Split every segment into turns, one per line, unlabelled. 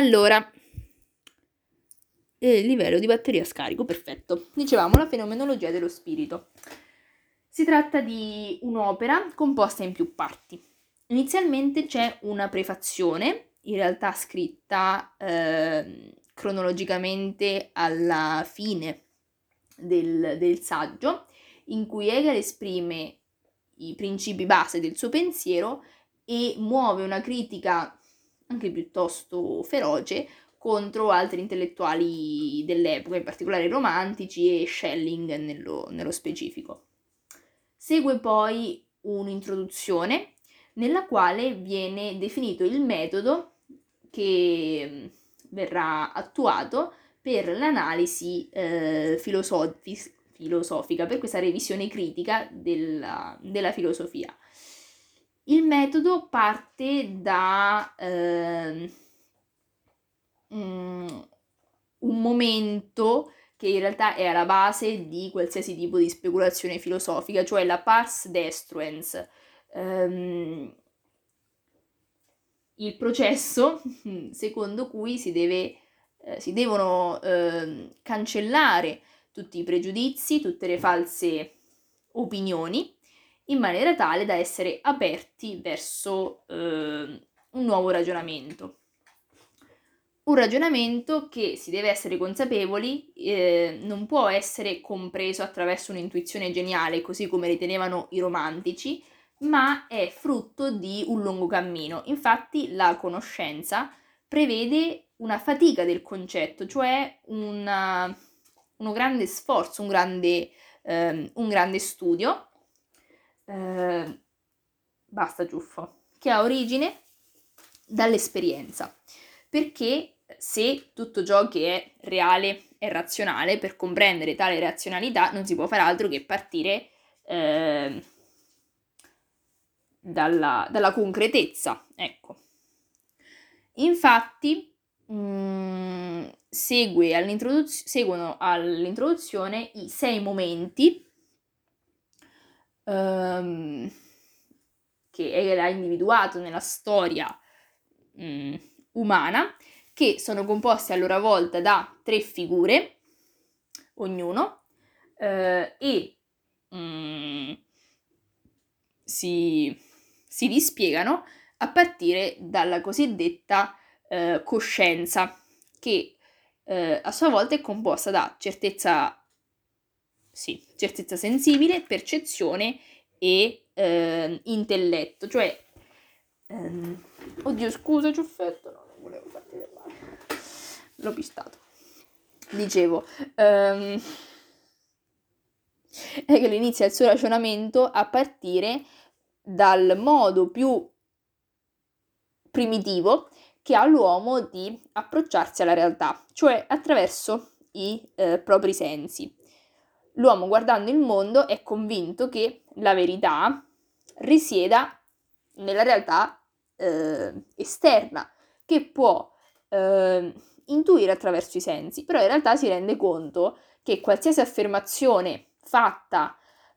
Allora, il livello di batteria scarico, perfetto. Dicevamo la fenomenologia dello spirito. Si tratta di un'opera composta in più parti. Inizialmente c'è una prefazione, in realtà scritta cronologicamente alla fine del saggio, in cui Hegel esprime i principi base del suo pensiero e muove una critica anche piuttosto feroce contro altri intellettuali dell'epoca, in particolare romantici e Schelling nello specifico. Segue poi un'introduzione nella quale viene definito il metodo che verrà attuato per l'analisi filosofica, per questa revisione critica della filosofia. Il metodo parte da un momento che in realtà è alla base di qualsiasi tipo di speculazione filosofica, cioè la pars destruens, il processo secondo cui si devono cancellare tutti i pregiudizi, tutte le false opinioni, in maniera tale da essere aperti verso un nuovo ragionamento. Un ragionamento che, si deve essere consapevoli, non può essere compreso attraverso un'intuizione geniale, così come ritenevano i romantici, ma è frutto di un lungo cammino. Infatti la conoscenza prevede una fatica del concetto, cioè uno grande sforzo, un grande studio, basta ciuffo, che ha origine dall'esperienza. Perché se tutto ciò che è reale è razionale, per comprendere tale razionalità non si può fare altro che partire dalla concretezza, ecco. Infatti seguono all'introduzione i 6 momenti che Hegel ha individuato nella storia umana, che sono composti a loro volta da 3 figure, ognuno, e si dispiegano a partire dalla cosiddetta coscienza, che a sua volta è composta da certezza sensibile, percezione e intelletto, cioè oddio, scusa ciuffetto, no, non volevo farti del male, l'ho pistato. Dicevo, Hegel inizia il suo ragionamento a partire dal modo più primitivo che ha l'uomo di approcciarsi alla realtà, cioè attraverso i propri sensi. L'uomo, guardando il mondo, è convinto che la verità risieda nella realtà esterna, che può intuire attraverso i sensi, però in realtà si rende conto che qualsiasi affermazione fatta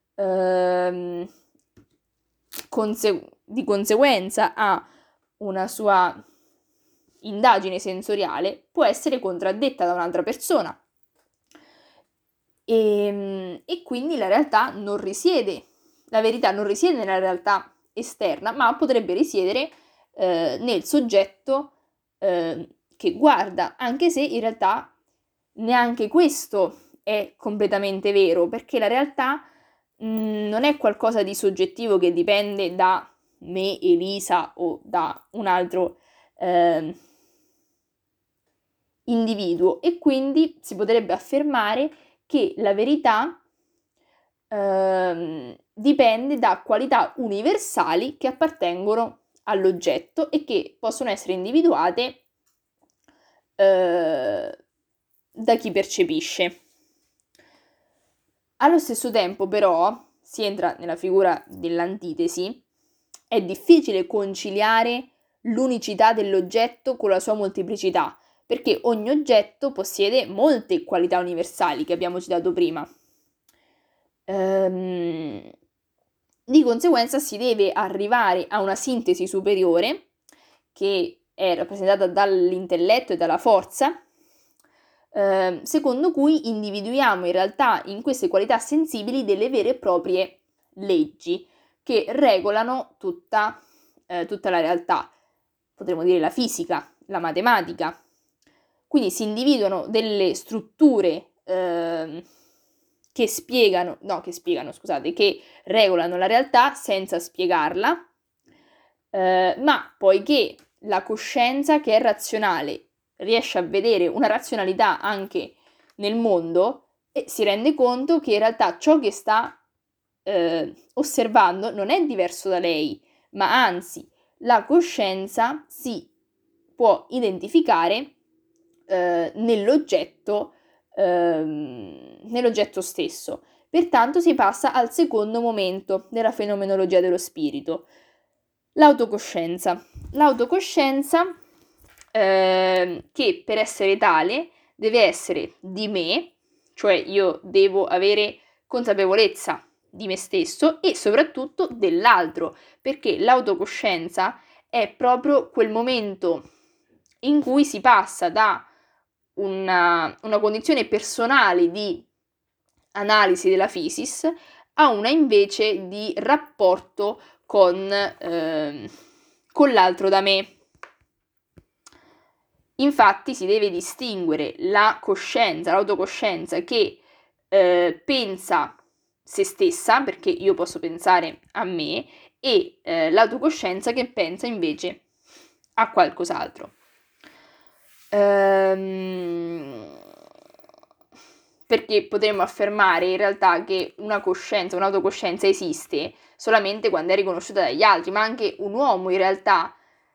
di conseguenza a una sua indagine sensoriale può essere contraddetta da un'altra persona. E quindi la verità non risiede nella realtà esterna, ma potrebbe risiedere nel soggetto che guarda, anche se in realtà neanche questo è completamente vero, perché la realtà non è qualcosa di soggettivo che dipende da me, Elisa, o da un altro individuo, e quindi si potrebbe affermare che la verità dipende da qualità universali che appartengono all'oggetto e che possono essere individuate da chi percepisce. Allo stesso tempo, però, si entra nella figura dell'antitesi. È difficile conciliare l'unicità dell'oggetto con la sua molteplicità, perché ogni oggetto possiede molte qualità universali che abbiamo citato prima. Di conseguenza si deve arrivare a una sintesi superiore che è rappresentata dall'intelletto e dalla forza, secondo cui individuiamo in realtà in queste qualità sensibili delle vere e proprie leggi che regolano tutta la realtà, potremmo dire la fisica, la matematica. Quindi si individuano delle strutture che regolano la realtà senza spiegarla, ma poiché la coscienza che è razionale riesce a vedere una razionalità anche nel mondo e si rende conto che in realtà ciò che sta osservando non è diverso da lei, ma anzi la coscienza si può identificare nell'oggetto stesso. Pertanto si passa al secondo momento della fenomenologia dello spirito, l'autocoscienza. L'autocoscienza che per essere tale deve essere di me, cioè io devo avere consapevolezza di me stesso e soprattutto dell'altro, perché l'autocoscienza è proprio quel momento in cui si passa da una condizione personale di analisi della physis a una invece di rapporto con l'altro da me. Infatti si deve distinguere la coscienza, l'autocoscienza che pensa se stessa, perché io posso pensare a me, e l'autocoscienza che pensa invece a qualcos'altro. Perché potremmo affermare in realtà che un'autocoscienza esiste solamente quando è riconosciuta dagli altri, ma anche un uomo in realtà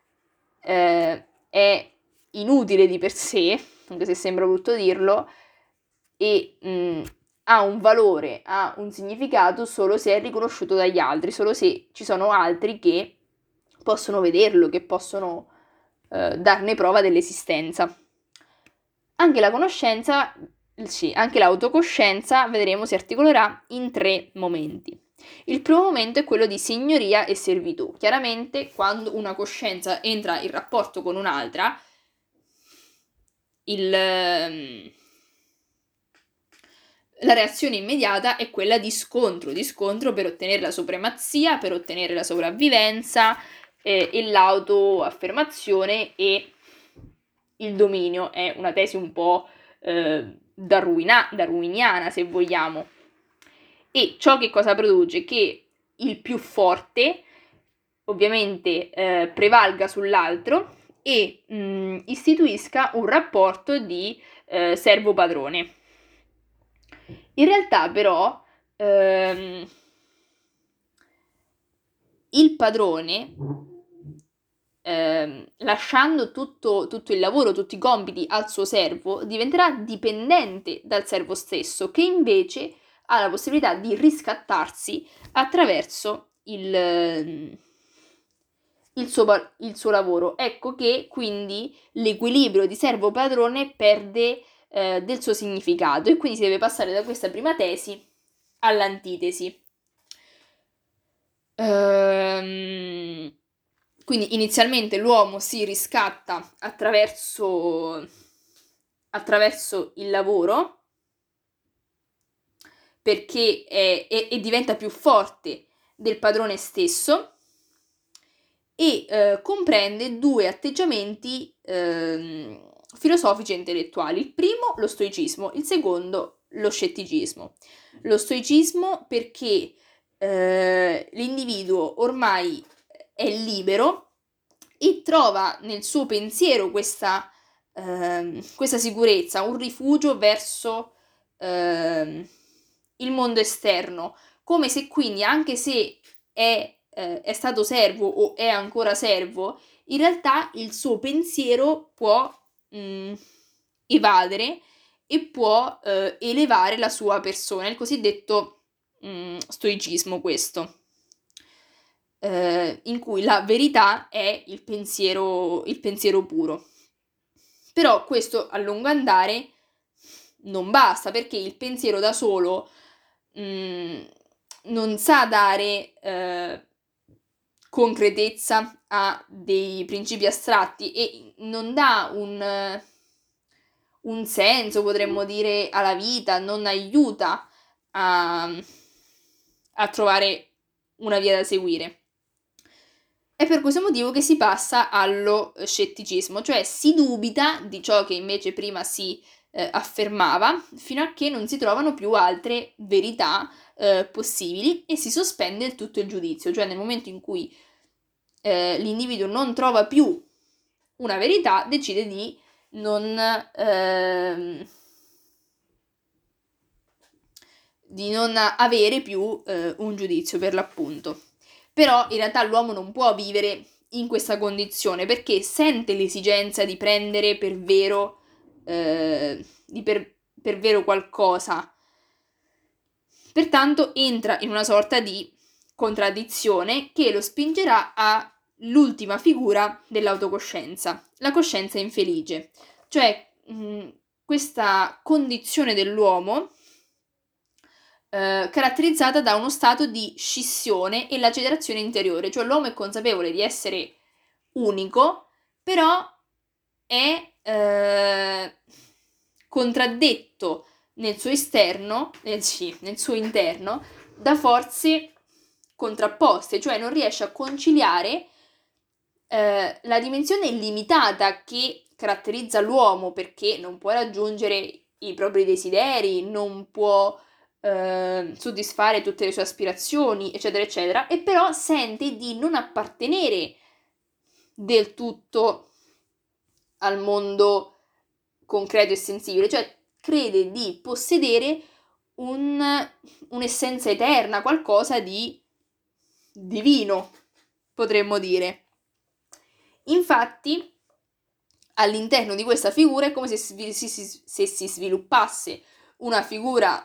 è inutile di per sé, anche se sembra brutto dirlo, e ha un valore, ha un significato solo se è riconosciuto dagli altri, solo se ci sono altri che possono vederlo, che possono darne prova dell'esistenza. Anche la conoscenza, sì, anche l'autocoscienza, vedremo, si articolerà in 3 momenti. Il primo momento è quello di signoria e servitù. Chiaramente, quando una coscienza entra in rapporto con un'altra, la reazione immediata è quella di scontro per ottenere la supremazia, per ottenere la sopravvivenza e l'autoaffermazione e il dominio. È una tesi un po' darwiniana, se vogliamo. E ciò che cosa produce? Che il più forte ovviamente prevalga sull'altro e istituisca un rapporto di servo-padrone. In realtà però il padrone, lasciando tutto il lavoro, tutti i compiti al suo servo, diventerà dipendente dal servo stesso, che invece ha la possibilità di riscattarsi attraverso il suo lavoro. Ecco che quindi l'equilibrio di servo-padrone perde del suo significato e quindi si deve passare da questa prima tesi all'antitesi. Quindi inizialmente l'uomo si riscatta attraverso il lavoro perché e diventa più forte del padrone stesso e comprende 2 atteggiamenti filosofici e intellettuali. Il primo, lo stoicismo, il secondo, lo scetticismo. Lo stoicismo perché l'individuo ormai è libero e trova nel suo pensiero questa sicurezza, un rifugio verso il mondo esterno, come se quindi, anche se è stato servo o è ancora servo, in realtà il suo pensiero può evadere e può elevare la sua persona, il cosiddetto stoicismo questo, in cui la verità è il pensiero puro. Però questo a lungo andare non basta, perché il pensiero da solo non sa dare concretezza a dei principi astratti e non dà un senso, potremmo dire, alla vita, non aiuta a trovare una via da seguire. È per questo motivo che si passa allo scetticismo, cioè si dubita di ciò che invece prima si affermava, fino a che non si trovano più altre verità possibili e si sospende il tutto il giudizio, cioè nel momento in cui l'individuo non trova più una verità, decide di non avere più un giudizio, per l'appunto. Però in realtà l'uomo non può vivere in questa condizione perché sente l'esigenza di prendere per vero, per vero qualcosa. Pertanto entra in una sorta di contraddizione che lo spingerà all'ultima figura dell'autocoscienza, la coscienza infelice. Cioè questa condizione dell'uomo caratterizzata da uno stato di scissione e lacerazione interiore, cioè l'uomo è consapevole di essere unico, però è contraddetto nel suo esterno, nel suo interno, da forze contrapposte, cioè non riesce a conciliare la dimensione limitata che caratterizza l'uomo perché non può raggiungere i propri desideri, non può soddisfare tutte le sue aspirazioni, eccetera, eccetera, e però sente di non appartenere del tutto al mondo concreto e sensibile, cioè crede di possedere un'essenza eterna, qualcosa di divino, potremmo dire. Infatti, all'interno di questa figura è come se si sviluppasse una figura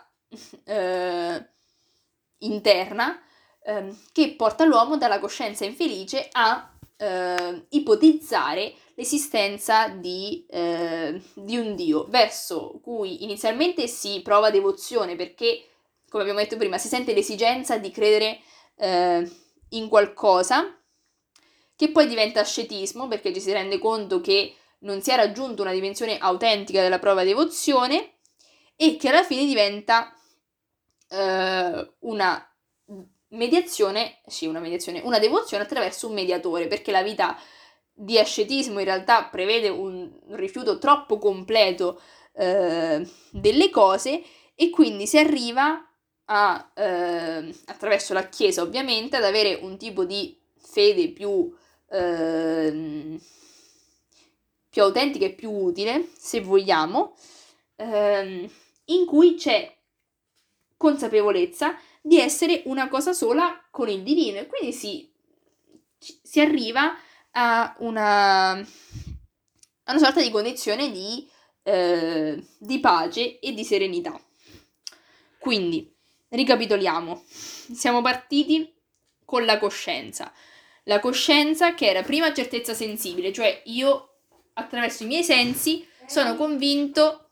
interna che porta l'uomo dalla coscienza infelice a ipotizzare l'esistenza di un Dio, verso cui inizialmente si prova devozione perché, come abbiamo detto prima, si sente l'esigenza di credere in qualcosa, che poi diventa ascetismo perché ci si rende conto che non si è raggiunto una dimensione autentica della prova devozione e che alla fine diventa una devozione attraverso un mediatore, perché la vita di ascetismo in realtà prevede un rifiuto troppo completo delle cose e quindi si arriva attraverso la Chiesa ovviamente ad avere un tipo di fede più autentica e più utile, se vogliamo, in cui c'è consapevolezza di essere una cosa sola con il divino e quindi si arriva a una sorta di condizione di pace e di serenità. Quindi, ricapitoliamo, siamo partiti con la coscienza che era prima certezza sensibile, cioè io attraverso i miei sensi sono convinto,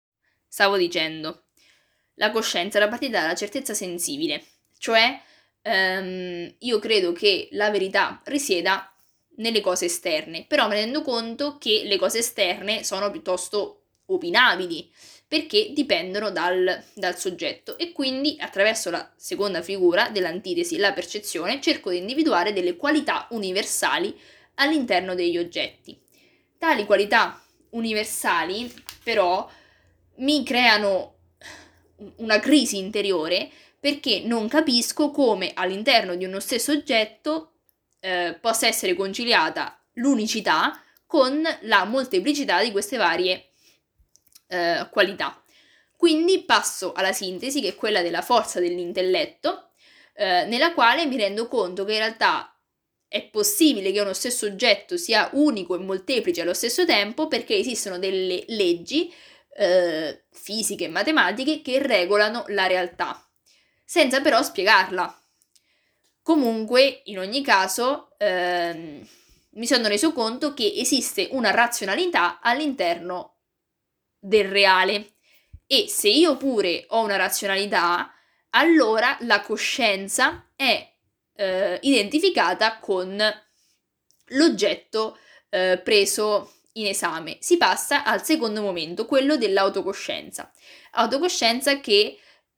la coscienza era partita dalla certezza sensibile, cioè io credo che la verità risieda nelle cose esterne, però mi rendo conto che le cose esterne sono piuttosto opinabili, perché dipendono dal soggetto e quindi attraverso la seconda figura dell'antitesi, la percezione, cerco di individuare delle qualità universali all'interno degli oggetti. Tali qualità universali però mi creano una crisi interiore perché non capisco come all'interno di uno stesso oggetto possa essere conciliata l'unicità con la molteplicità di queste varie qualità. Quindi passo alla sintesi, che è quella della forza dell'intelletto, nella quale mi rendo conto che in realtà è possibile che uno stesso oggetto sia unico e molteplice allo stesso tempo perché esistono delle leggi fisiche e matematiche che regolano la realtà, senza però spiegarla. Comunque, in ogni caso, mi sono reso conto che esiste una razionalità all'interno del reale e se io pure ho una razionalità, allora la coscienza è identificata con l'oggetto preso in esame. Si passa al secondo momento, quello dell'autocoscienza. Autocoscienza che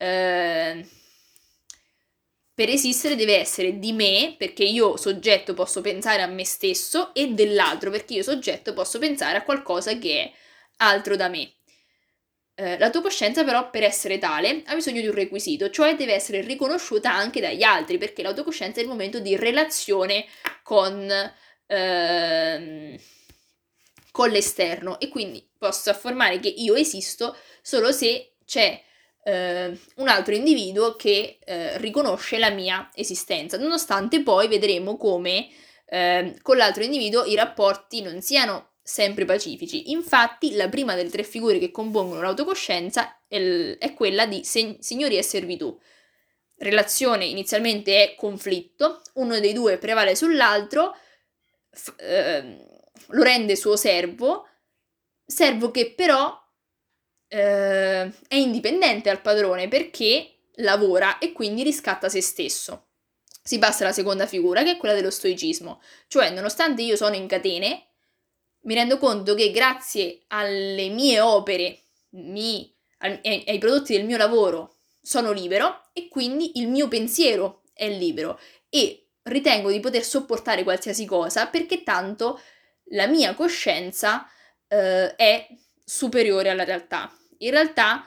per esistere deve essere di me, perché io soggetto posso pensare a me stesso, e dell'altro, perché io soggetto posso pensare a qualcosa che è altro da me. La tua coscienza però per essere tale ha bisogno di un requisito, cioè deve essere riconosciuta anche dagli altri, perché l'autocoscienza è il momento di relazione con l'esterno, e quindi posso affermare che io esisto solo se c'è un altro individuo che riconosce la mia esistenza, nonostante poi vedremo come con l'altro individuo i rapporti non siano sempre pacifici. Infatti la prima delle tre figure che compongono l'autocoscienza è quella di signoria e servitù. Relazione inizialmente è conflitto, uno dei due prevale sull'altro, lo rende suo servo che però è indipendente dal padrone perché lavora e quindi riscatta se stesso. Si passa alla seconda figura, che è quella dello stoicismo, cioè nonostante io sono in catene, mi rendo conto che grazie alle mie opere, ai prodotti del mio lavoro, sono libero, e quindi il mio pensiero è libero, e ritengo di poter sopportare qualsiasi cosa perché tanto la mia coscienza è superiore alla realtà. In realtà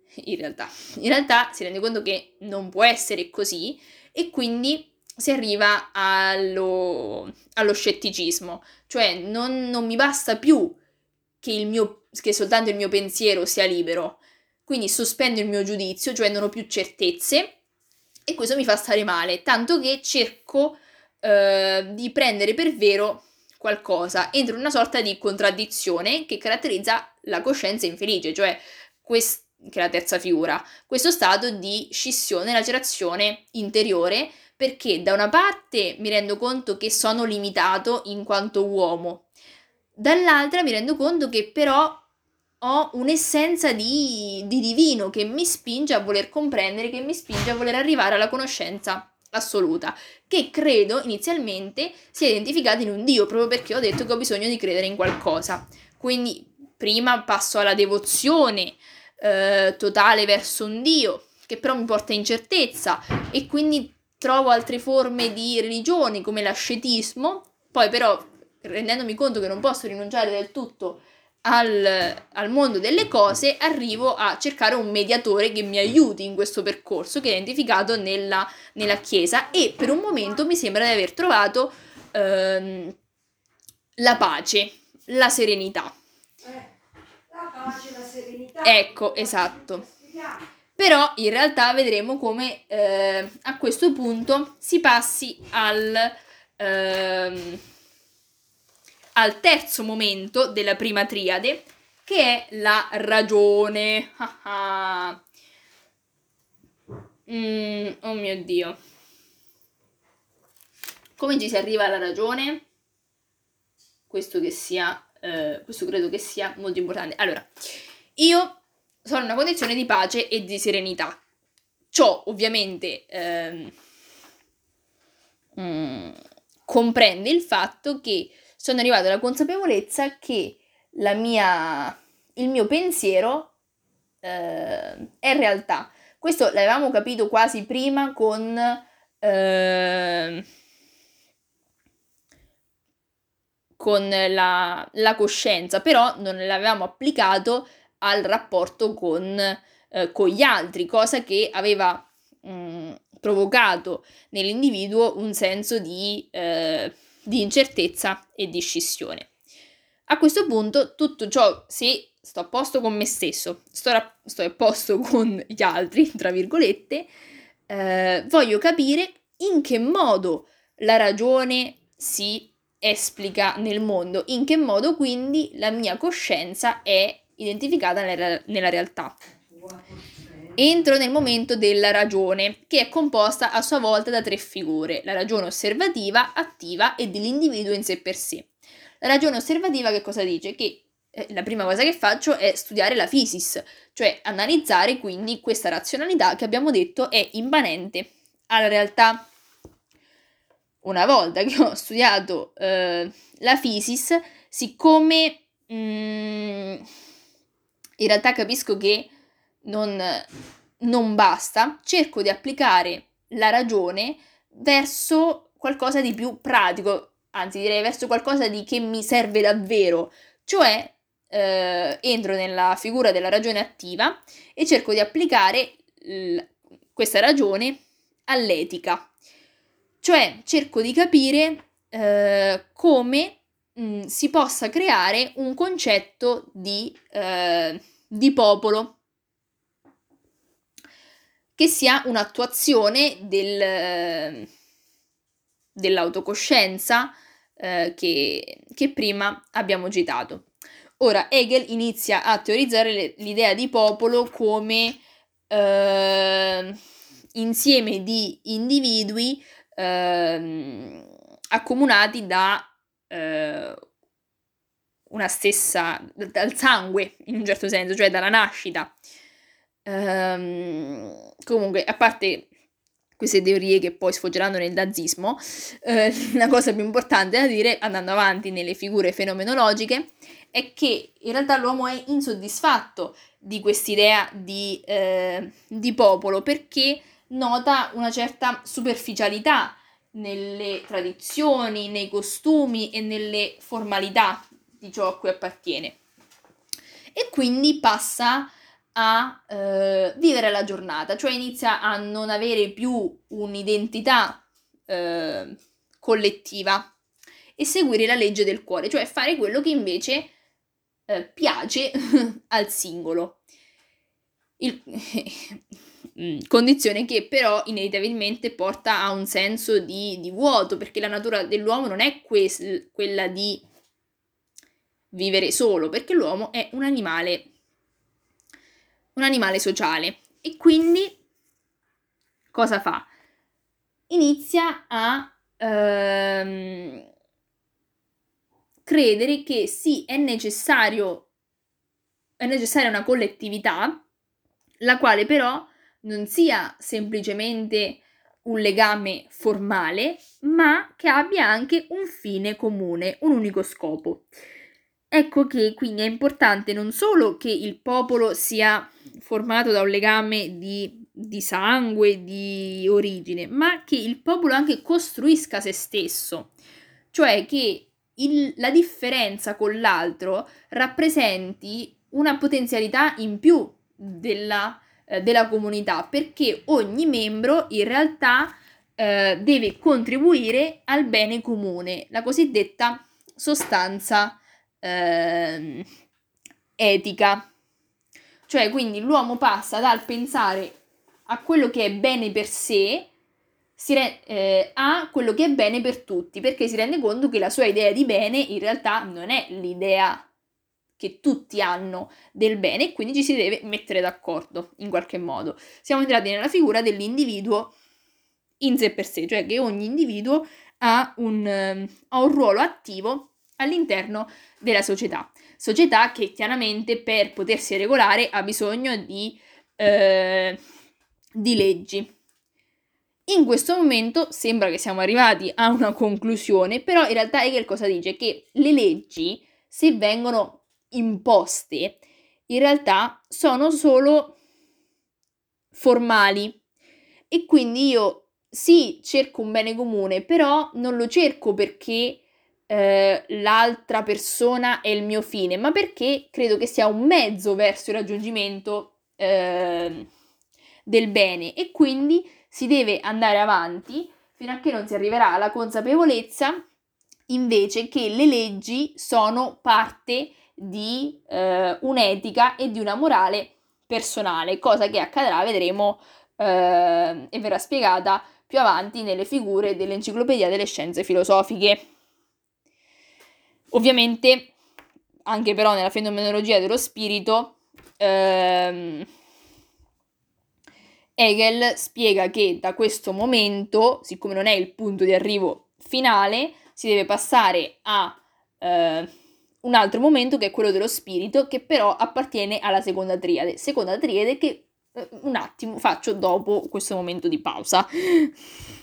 si rende conto che non può essere così, e quindi si arriva allo scetticismo, cioè non mi basta più che soltanto il mio pensiero sia libero, quindi sospendo il mio giudizio, cioè non ho più certezze, e questo mi fa stare male, tanto che cerco di prendere per vero qualcosa, entro in una sorta di contraddizione che caratterizza la coscienza infelice, cioè che è la terza figura, questo stato di scissione, lacerazione interiore, perché da una parte mi rendo conto che sono limitato in quanto uomo, dall'altra mi rendo conto che però ho un'essenza di divino che mi spinge a voler comprendere, che mi spinge a voler arrivare alla conoscenza assoluta, che credo inizialmente sia identificata in un Dio, proprio perché ho detto che ho bisogno di credere in qualcosa. Quindi prima passo alla devozione totale verso un Dio, che però mi porta incertezza, e quindi trovo altre forme di religione come l'ascetismo, poi però rendendomi conto che non posso rinunciare del tutto al mondo delle cose, arrivo a cercare un mediatore che mi aiuti in questo percorso, che è identificato nella Chiesa, e per un momento mi sembra di aver trovato la pace, la serenità.
La pace, la serenità.
Ecco, esatto. Però in realtà vedremo come a questo punto si passi al terzo momento della prima triade, che è la ragione. Oh mio Dio. Come ci si arriva alla ragione? Questo credo che sia molto importante. Allora, io sono in una condizione di pace e di serenità. Ciò ovviamente comprende il fatto che sono arrivata alla consapevolezza che il mio pensiero è realtà. Questo l'avevamo capito quasi prima con la coscienza, però non l'avevamo applicato al rapporto con gli altri, cosa che aveva provocato nell'individuo un senso di incertezza e di scissione. A questo punto tutto ciò, se sto a posto con me stesso, sto a posto con gli altri, tra virgolette, voglio capire in che modo la ragione si esplica nel mondo, in che modo quindi la mia coscienza è identificata nella realtà. Entro nel momento della ragione, che è composta a sua volta da tre figure: la ragione osservativa, attiva e dell'individuo in sé per sé. La ragione osservativa che cosa dice? Che la prima cosa che faccio è studiare la physis, cioè analizzare quindi questa razionalità che abbiamo detto è immanente alla realtà. una volta che ho studiato la physis, siccome in realtà capisco che non basta, cerco di applicare la ragione verso qualcosa di più pratico, anzi direi verso qualcosa di che mi serve davvero, cioè entro nella figura della ragione attiva e cerco di applicare questa ragione all'etica, cioè cerco di capire come si possa creare un concetto di popolo che sia un'attuazione dell'autocoscienza che prima abbiamo citato. Ora Hegel inizia a teorizzare l'idea di popolo come insieme di individui accomunati da una stessa, dal sangue in un certo senso, cioè dalla nascita. Comunque, a parte queste teorie che poi sfoggeranno nel nazismo, la cosa più importante da dire, andando avanti nelle figure fenomenologiche, è che in realtà l'uomo è insoddisfatto di quest'idea di popolo, perché nota una certa superficialità nelle tradizioni, nei costumi e nelle formalità di ciò a cui appartiene. E quindi passa a vivere la giornata, cioè inizia a non avere più un'identità collettiva e seguire la legge del cuore, cioè fare quello che invece piace al singolo. Condizione che però inevitabilmente porta a un senso di vuoto, perché la natura dell'uomo non è quella di vivere solo, perché l'uomo è un animale sociale e quindi cosa fa? Inizia a credere che sì, è necessaria una collettività, la quale però non sia semplicemente un legame formale, ma che abbia anche un fine comune, un unico scopo. Ecco che quindi è importante non solo che il popolo sia formato da un legame di sangue, di origine, ma che il popolo anche costruisca se stesso, cioè che la differenza con l'altro rappresenti una potenzialità in più della comunità, perché ogni membro in realtà deve contribuire al bene comune, la cosiddetta sostanza etica. Cioè, quindi l'uomo passa dal pensare a quello che è bene per sé a quello che è bene per tutti, perché si rende conto che la sua idea di bene in realtà non è l'idea che tutti hanno del bene, e quindi ci si deve mettere d'accordo in qualche modo. Siamo entrati nella figura dell'individuo in sé per sé, cioè che ogni individuo ha un ruolo attivo all'interno della società che chiaramente per potersi regolare ha bisogno di leggi. In questo momento sembra che siamo arrivati a una conclusione, però in realtà Hegel cosa dice? Che le leggi, se vengono imposte, in realtà sono solo formali, e quindi io sì cerco un bene comune, però non lo cerco perché l'altra persona è il mio fine, ma perché credo che sia un mezzo verso il raggiungimento del bene, e quindi si deve andare avanti fino a che non si arriverà alla consapevolezza invece che le leggi sono parte di un'etica e di una morale personale, cosa che accadrà, vedremo, e verrà spiegata più avanti nelle figure dell'Enciclopedia delle Scienze Filosofiche. Ovviamente, anche però nella fenomenologia dello spirito, Hegel spiega che da questo momento, siccome non è il punto di arrivo finale, si deve passare a un altro momento che è quello dello spirito, che però appartiene alla seconda triade che un attimo faccio dopo questo momento di pausa.